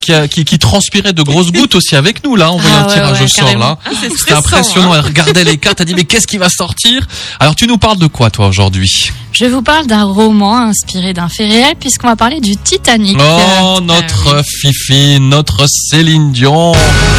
qui transpirait de grosses gouttes aussi avec nous là, on voyait un tirage au sort là. C'était impressionnant, elle regardait les cartes, elle dit mais qu'est-ce qui va sortir? Alors tu nous parles de quoi toi aujourd'hui? Je vous parle d'un roman inspiré d'un fait réel puisqu'on va parler du Titanic. Oh, notre Fifi, notre Céline Dion.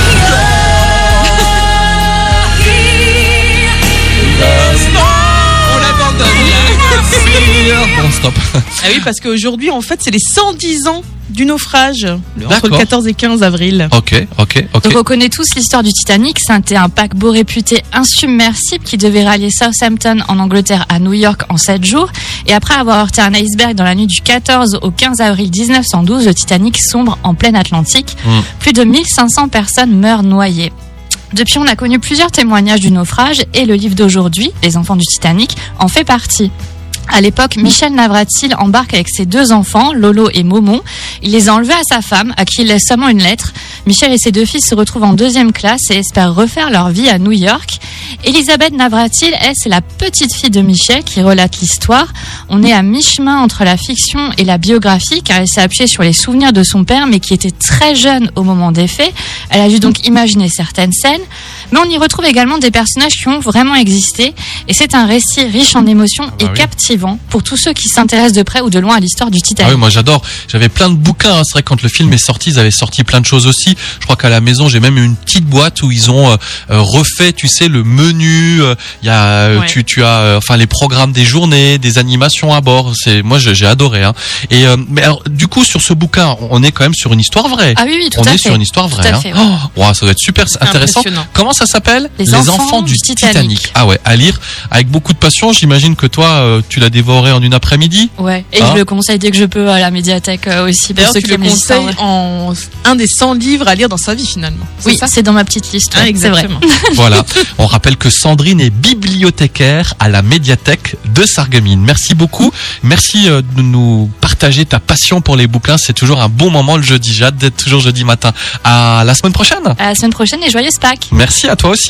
Bon, stop. Ah oui, parce qu'aujourd'hui, en fait, c'est les 110 ans du naufrage, entre le 14 et 15 avril. Ok. Donc on connaît tous l'histoire du Titanic. C'était un paquebot réputé insubmersible qui devait rallier Southampton en Angleterre à New York en 7 jours. Et après avoir heurté un iceberg dans la nuit du 14 au 15 avril 1912, le Titanic sombre en pleine Atlantique. Plus de 1500 personnes meurent noyées. Depuis, on a connu plusieurs témoignages du naufrage et le livre d'aujourd'hui, Les enfants du Titanic, en fait partie. À l'époque, Michel Navratil embarque avec ses 2 enfants, Lolo et Momon. Il les a enlevés à sa femme, à qui il laisse seulement une lettre. Michel et ses 2 fils se retrouvent en 2e classe et espèrent refaire leur vie à New York. Elisabeth Navratil, elle, c'est la petite fille de Michel qui relate l'histoire. On est à mi-chemin entre la fiction et la biographie, car elle s'est appuyée sur les souvenirs de son père, mais qui était très jeune au moment des faits. Elle a dû donc imaginer certaines scènes. Mais on y retrouve également des personnages qui ont vraiment existé. Et c'est un récit riche en émotions et captivant pour tous ceux qui s'intéressent de près ou de loin à l'histoire du Titanic. Ah oui, moi j'adore. J'avais plein de bouquins. C'est vrai que quand le film est sorti, ils avaient sorti plein de choses aussi. Je crois qu'à la maison, j'ai même une petite boîte où ils ont refait, tu sais, le menu. Il y a, tu as, enfin, les programmes des journées, des animations à bord. Moi, j'ai adoré. Hein. Et mais alors, du coup, sur ce bouquin, on est quand même sur une histoire vraie. Ah oui, tout à fait. On est sur une histoire vraie. Tout à fait, hein. Oh, wow, ça doit être super intéressant. Comment ça s'appelle? Les enfants du Titanic. Ah ouais, à lire avec beaucoup de passion. J'imagine que toi, tu l'as dévoré en une après-midi. Ouais. Et je le conseille dès que je peux à la médiathèque aussi. D'ailleurs, tu le conseilles en un des 100 livres à lire dans sa vie finalement. Oui, ça c'est dans ma petite liste. Ah, exactement. Voilà. On rappelle que Sandrine est bibliothécaire à la médiathèque de Sarreguemines. Merci beaucoup. Merci de nous partager ta passion pour les bouquins. C'est toujours un bon moment le jeudi. J'ai hâte d'être toujours jeudi matin. À la semaine prochaine. À la semaine prochaine et joyeuse Pâques. Merci à toi aussi.